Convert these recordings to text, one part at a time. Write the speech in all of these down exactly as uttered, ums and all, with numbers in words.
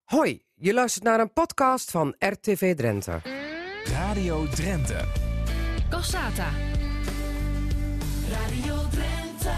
Hoi, je luistert naar een podcast van R T V Drenthe. Radio Drenthe. Cassata. Radio Drenthe.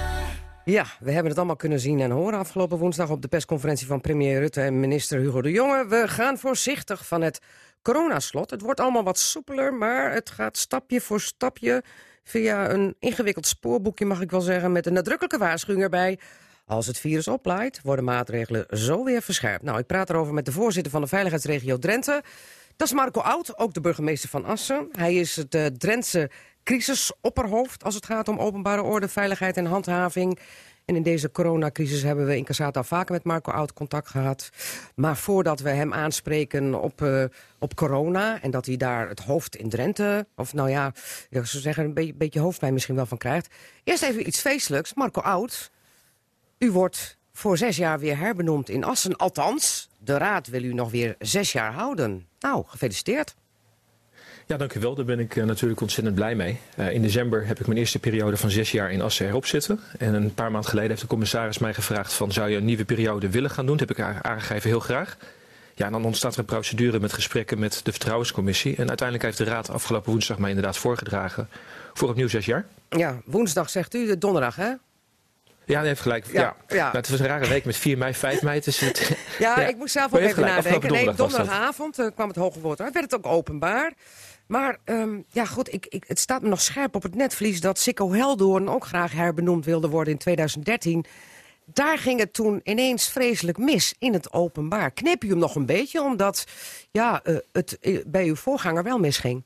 Ja, we hebben het allemaal kunnen zien en horen afgelopen woensdag op de persconferentie van premier Rutte en minister Hugo de Jonge. We gaan voorzichtig van het coronaslot. Het wordt allemaal wat soepeler, maar het gaat stapje voor stapje via een ingewikkeld spoorboekje, mag ik wel zeggen, met een nadrukkelijke waarschuwing erbij. Als het virus oplaait, worden maatregelen zo weer verscherpt. Nou, ik praat erover met de voorzitter van de veiligheidsregio Drenthe. Dat is Marco Oud, ook de burgemeester van Assen. Hij is het uh, Drentse crisisopperhoofd als het gaat om openbare orde, veiligheid en handhaving. En in deze coronacrisis hebben we in Cassata al vaker met Marco Oud contact gehad. Maar voordat we hem aanspreken op, uh, op corona en dat hij daar het hoofd in Drenthe, of nou ja, ik zou zeggen een beetje, beetje hoofdpijn misschien wel van krijgt. Eerst even iets feestelijks. Marco Oud, u wordt voor zes jaar weer herbenoemd in Assen. Althans, de raad wil u nog weer zes jaar houden. Nou, gefeliciteerd. Ja, dank u wel. Daar ben ik uh, natuurlijk ontzettend blij mee. Uh, in december heb ik mijn eerste periode van zes jaar in Assen erop zitten. En een paar maanden geleden heeft de commissaris mij gevraagd van, zou je een nieuwe periode willen gaan doen? Dat heb ik aangegeven, heel graag. Ja, en dan ontstaat er een procedure met gesprekken met de vertrouwenscommissie. En uiteindelijk heeft de raad afgelopen woensdag mij inderdaad voorgedragen voor opnieuw zes jaar. Ja, woensdag zegt u, donderdag hè? Ja, u heeft gelijk. Ja, ja. ja. Nou, het was een rare week met vier mei, vijf mei. Dus het, ja, ja, ik moest zelf ook even gelijk, nadenken. Nee, donderdag donderdagavond uh, kwam het hoge woord uit. Werd het ook openbaar. Maar um, ja, goed, ik, ik, het staat me nog scherp op het netvlies dat Sikko Heldoorn ook graag herbenoemd wilde worden in tweeduizend dertien. Daar ging het toen ineens vreselijk mis in het openbaar. Kneep u hem nog een beetje, omdat ja, uh, het uh, bij uw voorganger wel misging?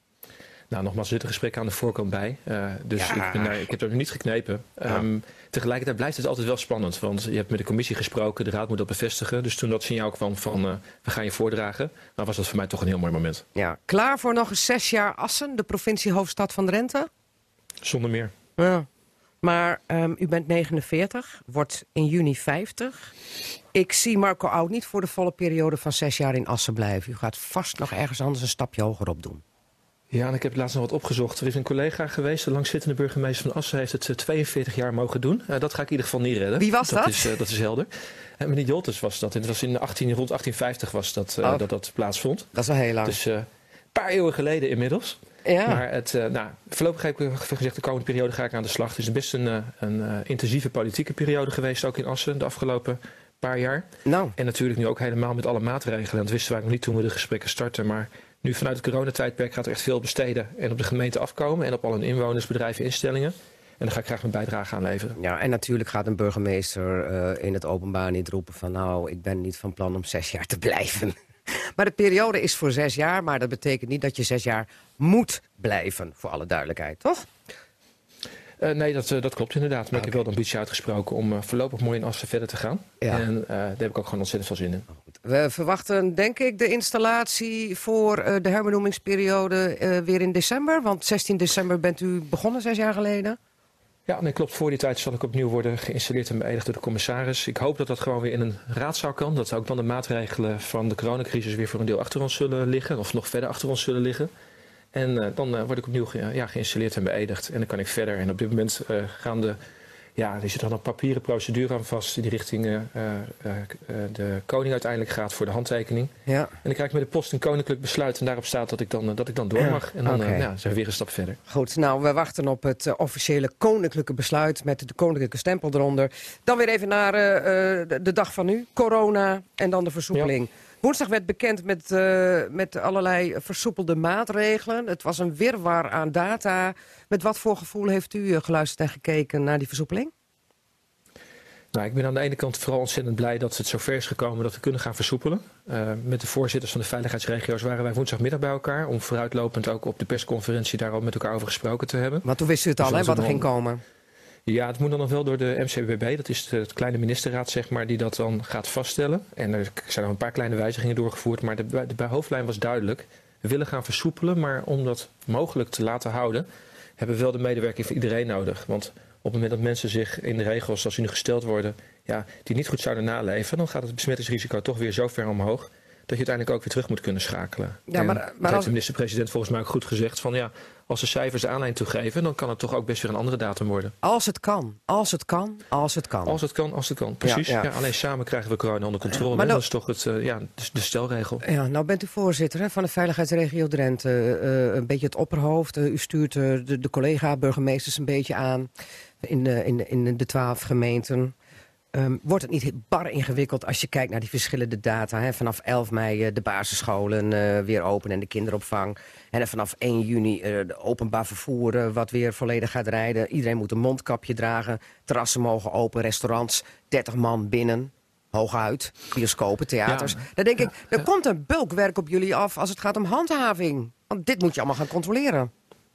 Nou, nogmaals, er zit een gesprek aan de voorkant bij. Uh, dus ja. ik, ben, uh, ik heb er nog niet geknepen. Um, ja. Tegelijkertijd blijft het altijd wel spannend. Want je hebt met de commissie gesproken, de raad moet dat bevestigen. Dus toen dat signaal kwam van, uh, we gaan je voordragen, dan was dat voor mij toch een heel mooi moment. Ja. Klaar voor nog eens zes jaar Assen, de provinciehoofdstad van Drenthe? Zonder meer. Ja. Maar um, u bent negenenveertig, wordt in juni vijftig. Ik zie Marco Oud niet voor de volle periode van zes jaar in Assen blijven. U gaat vast nog ergens anders een stapje hoger op doen. Ja, en ik heb laatst nog wat opgezocht. Er is een collega geweest, de langzittende burgemeester van Assen, heeft het tweeënveertig jaar mogen doen. Uh, dat ga ik in ieder geval niet redden. Wie was dat? Dat is, uh, dat is helder. En meneer Joltes was dat. En dat was in achttien, rond achttien vijftig was dat, uh, oh. dat dat plaatsvond. Dat is al heel lang. Dus uh, een paar eeuwen geleden inmiddels. Ja. Maar het, uh, nou, voorlopig heb ik gezegd, de komende periode ga ik aan de slag. Het is best een, uh, een uh, intensieve politieke periode geweest, ook in Assen, de afgelopen paar jaar. Nou. En natuurlijk nu ook helemaal met alle maatregelen. En dat wisten wij nog niet toen we de gesprekken startten, maar nu vanuit het coronatijdperk gaat er echt veel besteden en op de gemeente afkomen en op al hun inwoners, bedrijven, instellingen. En daar ga ik graag mijn bijdrage aan leveren. Ja, en natuurlijk gaat een burgemeester uh, in het openbaar niet roepen van nou, ik ben niet van plan om zes jaar te blijven. Maar de periode is voor zes jaar, maar dat betekent niet dat je zes jaar moet blijven, voor alle duidelijkheid, toch? Uh, nee, dat, uh, dat klopt inderdaad. Maar okay. Ik heb wel de ambitie uitgesproken om uh, voorlopig mooi in Assen verder te gaan. Ja. En uh, daar heb ik ook gewoon ontzettend veel zin in. We verwachten, denk ik, de installatie voor uh, de herbenoemingsperiode uh, weer in december. Want zestien december bent u begonnen, zes jaar geleden. Ja, nee, klopt. Voor die tijd zal ik opnieuw worden geïnstalleerd en beëdigd door de commissaris. Ik hoop dat dat gewoon weer in een raadzaal kan. Dat ook dan de maatregelen van de coronacrisis weer voor een deel achter ons zullen liggen. Of nog verder achter ons zullen liggen. En uh, dan uh, word ik opnieuw ge ja, geïnstalleerd en beëdigd. En dan kan ik verder. En op dit moment uh, gaan de... Ja, er zit dan een papieren procedure aan vast die richting uh, uh, uh, de koning uiteindelijk gaat voor de handtekening. Ja. En dan krijg ik met de post een koninklijk besluit en daarop staat dat ik dan, uh, dat ik dan door mag. En dan okay. uh, ja, zijn we weer een stap verder. Goed, nou we wachten op het uh, officiële koninklijke besluit met de koninklijke stempel eronder. Dan weer even naar uh, de, de dag van nu, corona en dan de versoepeling. Ja. Woensdag werd bekend met, uh, met allerlei versoepelde maatregelen. Het was een wirwar aan data. Met wat voor gevoel heeft u geluisterd en gekeken naar die versoepeling? Nou, ik ben aan de ene kant vooral ontzettend blij dat het zover is gekomen dat we kunnen gaan versoepelen. Uh, met de voorzitters van de veiligheidsregio's waren wij woensdagmiddag bij elkaar om vooruitlopend ook op de persconferentie daar al met elkaar over gesproken te hebben. Maar toen wist u het al, dus hè, wat er ging komen? Ja, het moet dan nog wel door de M C B B, dat is de kleine ministerraad zeg maar, die dat dan gaat vaststellen. En er zijn nog een paar kleine wijzigingen doorgevoerd, maar de, de, de hoofdlijn was duidelijk. We willen gaan versoepelen, maar om dat mogelijk te laten houden, hebben we wel de medewerking van iedereen nodig. Want op het moment dat mensen zich in de regels, zoals die nu gesteld worden, ja, die niet goed zouden naleven, dan gaat het besmettingsrisico toch weer zo ver omhoog je uiteindelijk ook weer terug moet kunnen schakelen. Ja, en maar, dat maar heeft als, de minister-president volgens mij ook goed gezegd van ja, als de cijfers de aanleiding toegeven, dan kan het toch ook best weer een andere datum worden. als het kan, als het kan, als het kan. Als het kan, als het kan. Precies. Ja, Ja, ja. alleen samen krijgen we corona onder controle. Maar dat dan- is toch het, uh, ja, de, de stelregel. Ja, nou bent u voorzitter hè, van de veiligheidsregio Drenthe. Uh, een beetje het opperhoofd. Uh, u stuurt uh, de, de collega-burgemeesters een beetje aan in de, in de, in de twaalf gemeenten. Um, wordt het niet bar ingewikkeld als je kijkt naar die verschillende data? Hè? Vanaf elf mei uh, de basisscholen uh, weer open en de kinderopvang. En dan vanaf één juni uh, de openbaar vervoer uh, wat weer volledig gaat rijden. Iedereen moet een mondkapje dragen. Terrassen mogen open, restaurants, dertig man binnen. Hooguit, bioscopen, theaters. Ja, Dan denk ja, ik, er ja. komt een bulkwerk op jullie af als het gaat om handhaving. Want dit moet je allemaal gaan controleren.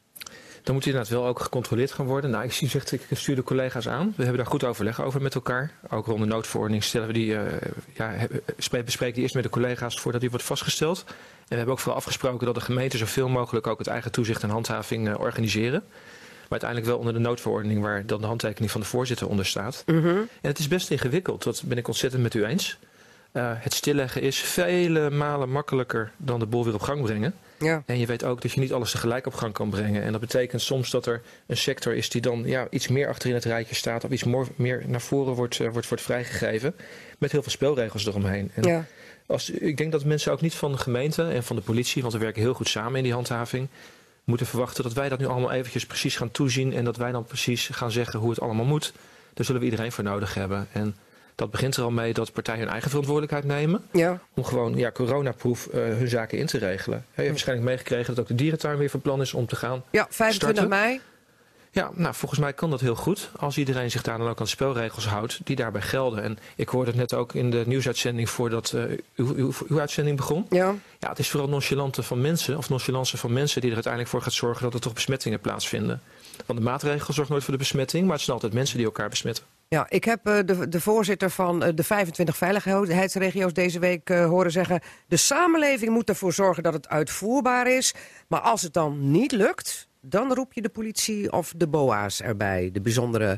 Dan moet inderdaad wel ook gecontroleerd gaan worden. Nou, ik zie, zegt, ik stuur de collega's aan. We hebben daar goed overleg over met elkaar. Ook rond de noodverordening stellen we die, uh, ja, bespreken die eerst met de collega's voordat die wordt vastgesteld. En we hebben ook vooral afgesproken dat de gemeenten zoveel mogelijk ook het eigen toezicht en handhaving uh, organiseren. Maar uiteindelijk wel onder de noodverordening waar dan de handtekening van de voorzitter onder staat. Mm-hmm. En het is best ingewikkeld, dat ben ik ontzettend met u eens. Uh, het stilleggen is vele malen makkelijker dan de boel weer op gang brengen. Ja. En je weet ook dat je niet alles tegelijk op gang kan brengen. En dat betekent soms dat er een sector is die dan ja, iets meer achter in het rijtje staat. Of iets more, meer naar voren wordt, uh, wordt, wordt vrijgegeven. Met heel veel spelregels eromheen. En Ja. als, ik denk dat mensen ook niet van de gemeente en van de politie, want we werken heel goed samen in die handhaving, moeten verwachten dat wij dat nu allemaal eventjes precies gaan toezien. En dat wij dan precies gaan zeggen hoe het allemaal moet. Daar zullen we iedereen voor nodig hebben. En dat begint er al mee dat partijen hun eigen verantwoordelijkheid nemen. Ja. Om gewoon ja, coronaproof uh, hun zaken in te regelen. He, je hebt waarschijnlijk meegekregen dat ook de dierentuin weer van plan is om te gaan Ja, vijfentwintig mei. Ja, nou volgens mij kan dat heel goed. Als iedereen zich daar dan ook aan de spelregels houdt die daarbij gelden. En ik hoorde het net ook in de nieuwsuitzending voordat uh, uw, uw, uw uitzending begon. Ja. Ja, het is vooral nonchalante van mensen, of nonchalance van mensen die er uiteindelijk voor gaat zorgen dat er toch besmettingen plaatsvinden. Want de maatregel zorgt nooit voor de besmetting, maar het zijn altijd mensen die elkaar besmetten. Ja, ik heb uh, de, de voorzitter van uh, de vijfentwintig veiligheidsregio's deze week uh, horen zeggen, de samenleving moet ervoor zorgen dat het uitvoerbaar is. Maar als het dan niet lukt, dan roep je de politie of de B O A's erbij. De bijzondere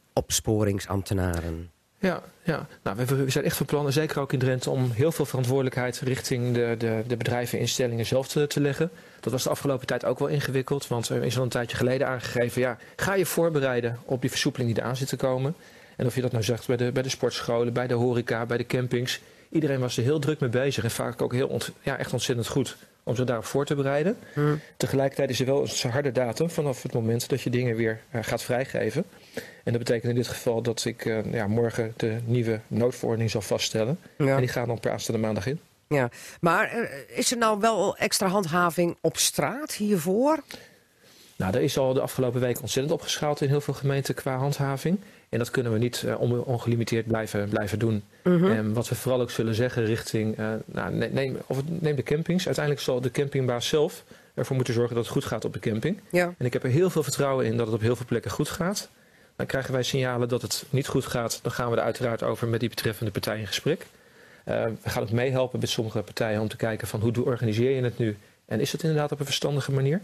opsporingsambtenaren. Ja, ja. Nou, we, we zijn echt van plan, zeker ook in Drenthe, om heel veel verantwoordelijkheid richting de, de, de bedrijven en instellingen zelf te, te leggen. Dat was de afgelopen tijd ook wel ingewikkeld, want er is al een tijdje geleden aangegeven, ja, ga je voorbereiden op die versoepeling die eraan zit te komen. En of je dat nou zegt bij de, bij de sportscholen, bij de horeca, bij de campings. Iedereen was er heel druk mee bezig en vaak ook heel ont, ja, echt ontzettend goed om zich daarop voor te bereiden. Hmm. Tegelijkertijd is er wel een harde datum vanaf het moment dat je dingen weer uh, gaat vrijgeven. En dat betekent in dit geval dat ik uh, ja, morgen de nieuwe noodverordening zal vaststellen. Ja. En die gaat dan per aanstaande maandag in. Ja, maar uh, is er nou wel extra handhaving op straat hiervoor? Nou, er is al de afgelopen week ontzettend opgeschaald in heel veel gemeenten qua handhaving. En dat kunnen we niet uh, ongelimiteerd blijven, blijven doen. Mm-hmm. En wat we vooral ook zullen zeggen richting, uh, nou, neem, of neem de campings. Uiteindelijk zal de campingbaas zelf ervoor moeten zorgen dat het goed gaat op de camping. Ja. En ik heb er heel veel vertrouwen in dat het op heel veel plekken goed gaat. Dan krijgen wij signalen dat het niet goed gaat. Dan gaan we er uiteraard over met die betreffende partij in gesprek. Uh, we gaan ook meehelpen met sommige partijen om te kijken van hoe organiseer je het nu. En is het inderdaad op een verstandige manier?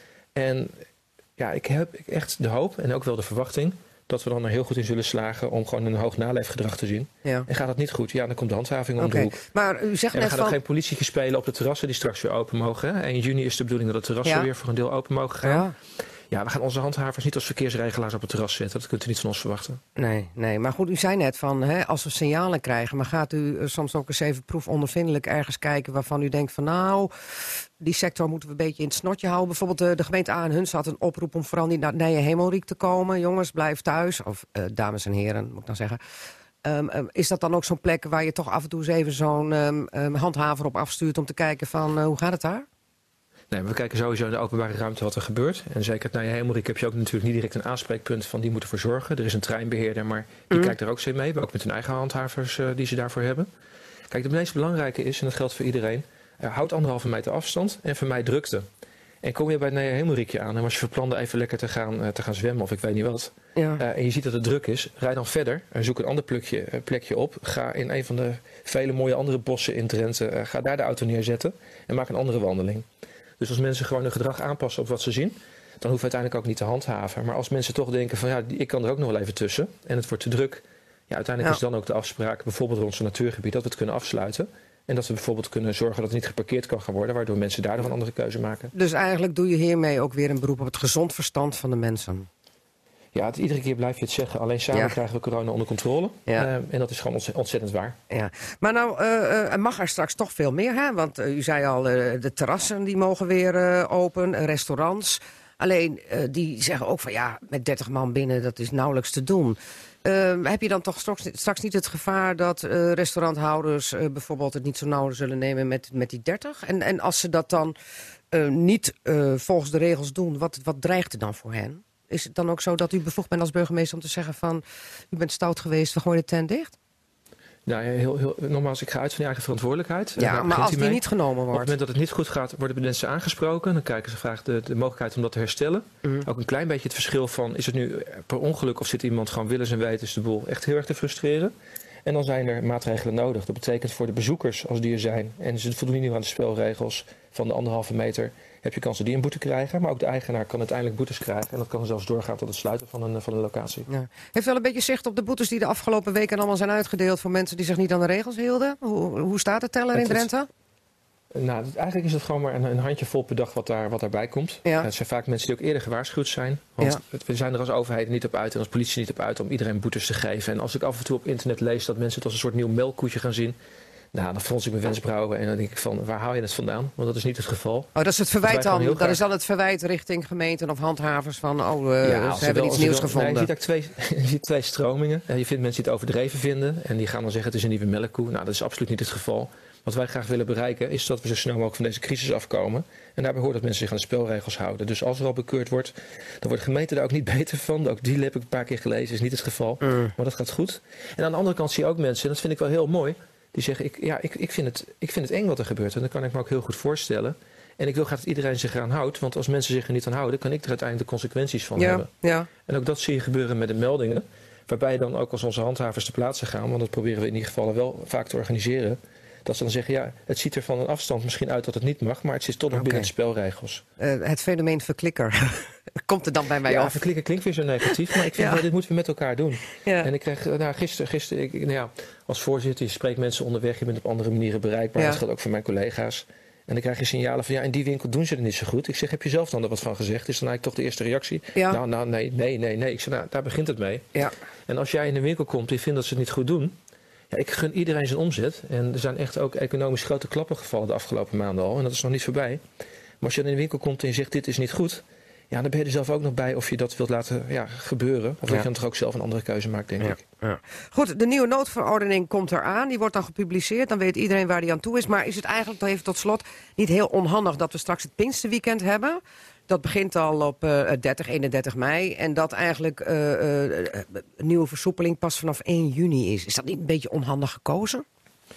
En ja, ik heb echt de hoop en ook wel de verwachting dat we dan er heel goed in zullen slagen om gewoon een hoog naleefgedrag te zien. Ja. En gaat dat niet goed, ja, dan komt de handhaving om okay. de hoek. Maar u zegt en we net gaan van... ook geen politietjes spelen op de terrassen die straks weer open mogen. Hè? In juni is de bedoeling dat de terrassen ja. weer voor een deel open mogen gaan. Ja. Ja, we gaan onze handhavers niet als verkeersregelaars op het terras zetten. Dat kunt u niet van ons verwachten. Nee, nee. Maar goed, u zei net van, hè, als we signalen krijgen, maar gaat u uh, soms ook eens even proefondervindelijk ergens kijken waarvan u denkt van nou, die sector moeten we een beetje in het snotje houden. Bijvoorbeeld uh, de gemeente Aarhuns had een oproep om vooral niet naar Nijenhemelrijk te komen. Jongens, blijf thuis. Of uh, dames en heren, moet ik dan zeggen. Um, um, is dat dan ook zo'n plek waar je toch af en toe eens even zo'n um, um, handhaver op afstuurt om te kijken van uh, hoe gaat het daar? Nee, we kijken sowieso in de openbare ruimte wat er gebeurt. En zeker naar je Hemelrijk heb je ook natuurlijk niet direct een aanspreekpunt van die moeten voor zorgen. Er is een treinbeheerder, maar die mm. kijkt er ook zo mee. Ook met hun eigen handhavers uh, die ze daarvoor hebben. Kijk, de meest belangrijke is, en dat geldt voor iedereen, uh, houd anderhalve meter afstand en vermijd drukte. En kom je bij het Nijenhemelrijkje aan en als je verplande even lekker te gaan, uh, te gaan zwemmen of ik weet niet wat. Ja. Uh, en je ziet dat het druk is, rijd dan verder. Uh, zoek een ander plekje, uh, plekje op. Ga in een van de vele mooie andere bossen in Drenthe. Uh, ga daar de auto neerzetten en maak een andere wandeling. Dus als mensen gewoon hun gedrag aanpassen op wat ze zien, dan hoeven we uiteindelijk ook niet te handhaven. Maar als mensen toch denken van ja, ik kan er ook nog wel even tussen en het wordt te druk. Ja, uiteindelijk ja. is dan ook de afspraak, bijvoorbeeld rond zo'n natuurgebied, dat we het kunnen afsluiten. En dat we bijvoorbeeld kunnen zorgen dat het niet geparkeerd kan gaan worden, waardoor mensen daardoor een andere keuze maken. Dus eigenlijk doe je hiermee ook weer een beroep op het gezond verstand van de mensen. Ja, het, iedere keer blijf je het zeggen. Alleen samen Ja. krijgen we corona onder controle. Ja. Uh, en dat is gewoon ontzettend, ontzettend waar. Ja. Maar nou uh, uh, mag er straks toch veel meer, hè? Want uh, u zei al, uh, de terrassen die mogen weer uh, open, restaurants. Alleen, uh, die zeggen ook van ja, met dertig man binnen, dat is nauwelijks te doen. Uh, heb je dan toch straks, straks niet het gevaar dat uh, restauranthouders uh, bijvoorbeeld het niet zo nauw zullen nemen met, met die dertig? En, en als ze dat dan uh, niet uh, volgens de regels doen, wat, wat dreigt er dan voor hen? Is het dan ook zo dat u bevoegd bent als burgemeester om te zeggen van u bent stout geweest, we gooien de tent dicht? Nou ja, heel, heel, nogmaals, ik ga uit van je eigen verantwoordelijkheid. Ja, maar als die mee. niet genomen wordt. Op het moment dat het niet goed gaat, worden mensen aangesproken. Dan kijken ze graag de, de mogelijkheid om dat te herstellen. Mm. Ook een klein beetje het verschil van, is het nu per ongeluk of zit iemand gewoon willens en wetens de boel echt heel erg te frustreren. En dan zijn er maatregelen nodig. Dat betekent voor de bezoekers, als die er zijn en ze voldoen niet aan de spelregels van de anderhalve meter, heb je kans dat die een boete krijgen. Maar ook de eigenaar kan uiteindelijk boetes krijgen. En dat kan zelfs doorgaan tot het sluiten van een, van een locatie. Ja. Heeft wel een beetje zicht op de boetes die de afgelopen weken allemaal zijn uitgedeeld voor mensen die zich niet aan de regels hielden? Hoe, hoe staat de teller in Drenthe? Nou, eigenlijk is het gewoon maar een, een handjevol per dag wat, daar, wat daarbij komt. Ja. Het zijn vaak mensen die ook eerder gewaarschuwd zijn. Want ja. we zijn er als overheid niet op uit en als politie niet op uit om iedereen boetes te geven. En als ik af en toe op internet lees dat mensen het als een soort nieuw melkkoetje gaan zien, nou, dan frons ik mijn wensbrauwen en dan denk ik van, waar haal je het vandaan? Want dat is niet het geval. Oh, dat is het verwijt dan? Dat graag... is dan het verwijt richting gemeenten of handhavers van, oh, uh, ja, ze hebben wel, iets nieuws wel, gevonden. Nee, je ziet eigenlijk twee, je ziet twee stromingen. Je vindt mensen die het overdreven vinden en die gaan dan zeggen het is een nieuwe melkkoe. Nou, dat is absoluut niet het geval. Wat wij graag willen bereiken is dat we zo snel mogelijk van deze crisis afkomen. En daarbij hoort dat mensen zich aan de spelregels houden. Dus als er al bekeurd wordt, dan wordt de gemeente daar ook niet beter van. Ook die heb ik een paar keer gelezen, is niet het geval. Mm. Maar dat gaat goed. En aan de andere kant zie je ook mensen, en dat vind ik wel heel mooi, die zeggen, ik, ja, ik, ik, vind het, ik vind het eng wat er gebeurt. En dat kan ik me ook heel goed voorstellen. En ik wil graag dat iedereen zich eraan houdt. Want als mensen zich er niet aan houden, kan ik er uiteindelijk de consequenties van ja, hebben. Ja. En ook dat zie je gebeuren met de meldingen. Waarbij je dan ook als onze handhavers te plaatsen gaan. Want dat proberen we in ieder geval wel vaak te organiseren. Dat ze dan zeggen, ja, het ziet er van een afstand misschien uit dat het niet mag, maar het zit toch nog okay. binnen de spelregels. Uh, het fenomeen verklikker komt er dan bij mij ja, af? Ja, verklikker klinkt weer zo negatief, maar ik vind, ja. dit moeten we met elkaar doen. Ja. En ik kreeg, nou, gisteren, gisteren ik, nou ja, als voorzitter, je spreekt mensen onderweg, je bent op andere manieren bereikbaar. Ja. Dat geldt ook voor mijn collega's. En dan krijg je signalen van, ja, in die winkel doen ze er niet zo goed. Ik zeg, heb je zelf dan er wat van gezegd? Is dan eigenlijk toch de eerste reactie? Ja. Nou, nou, nee, nee, nee, nee. Ik zeg, nou, daar begint het mee. Ja. En als jij in de winkel komt en je vindt dat ze het niet goed doen, ja, ik gun iedereen zijn omzet. En er zijn echt ook economisch grote klappen gevallen de afgelopen maanden al. En dat is nog niet voorbij. Maar als je in de winkel komt en je zegt dit is niet goed, ja, dan ben je er zelf ook nog bij of je dat wilt laten ja, gebeuren. Of ja. dat je dan toch ook zelf een andere keuze maakt, denk ja. ik. Ja. Goed, de nieuwe noodverordening komt eraan. Die wordt dan gepubliceerd. Dan weet iedereen waar die aan toe is. Maar is het eigenlijk, even tot slot, niet heel onhandig dat we straks het Pinksterweekend hebben? Dat begint al op uh, dertig, eenendertig mei. En dat eigenlijk uh, uh, een nieuwe versoepeling pas vanaf één juni is. Is dat niet een beetje onhandig gekozen?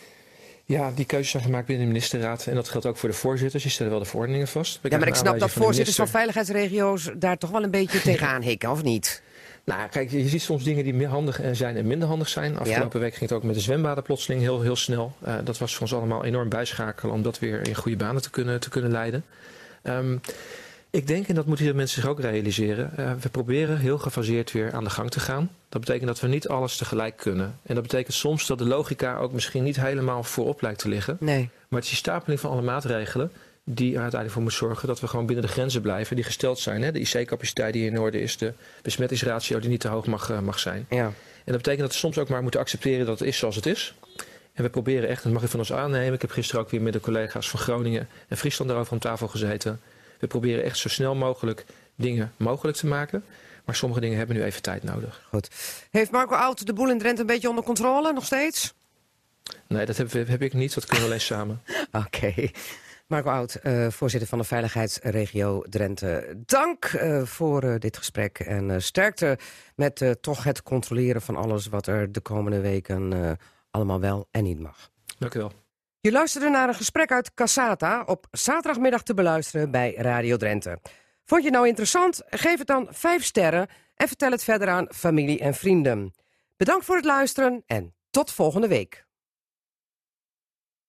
Ja, die keuzes zijn gemaakt binnen de ministerraad. En dat geldt ook voor de voorzitters. Die stellen wel de verordeningen vast. Ja, maar ik snap dat voorzitters van veiligheidsregio's daar toch wel een beetje tegenaan hikken, of niet? Nou, kijk, je ziet soms dingen die meer handig zijn en minder handig zijn. Afgelopen ja. week ging het ook met de zwembaden plotseling heel, heel snel. Uh, dat was voor ons allemaal enorm bijschakelen om dat weer in goede banen te kunnen, te kunnen leiden. Um, Ik denk, en dat moeten mensen zich ook realiseren, uh, we proberen heel gefaseerd weer aan de gang te gaan. Dat betekent dat we niet alles tegelijk kunnen. En dat betekent soms dat de logica ook misschien niet helemaal voorop lijkt te liggen. Nee. Maar het is die stapeling van alle maatregelen die er uiteindelijk voor moet zorgen dat we gewoon binnen de grenzen blijven die gesteld zijn. Hè? De I C-capaciteit die in orde is, de besmettingsratio die niet te hoog mag, uh, mag zijn. Ja. En dat betekent dat we soms ook maar moeten accepteren dat het is zoals het is. En we proberen echt, en dat mag ik van ons aannemen, ik heb gisteren ook weer met de collega's van Groningen en Friesland daarover aan tafel gezeten. We proberen echt zo snel mogelijk dingen mogelijk te maken. Maar sommige dingen hebben nu even tijd nodig. Goed. Heeft Marco Oud de boel in Drenthe een beetje onder controle, nog steeds? Nee, dat heb, heb ik niet. Dat kunnen we alleen samen. Oké. Okay. Marco Oud, uh, voorzitter van de veiligheidsregio Drenthe. Dank uh, voor uh, dit gesprek. En uh, sterkte met uh, toch het controleren van alles wat er de komende weken uh, allemaal wel en niet mag. Dank u wel. Je luisterde naar een gesprek uit Cassata op zaterdagmiddag te beluisteren bij Radio Drenthe. Vond je het nou interessant? Geef het dan vijf sterren en vertel het verder aan familie en vrienden. Bedankt voor het luisteren en tot volgende week.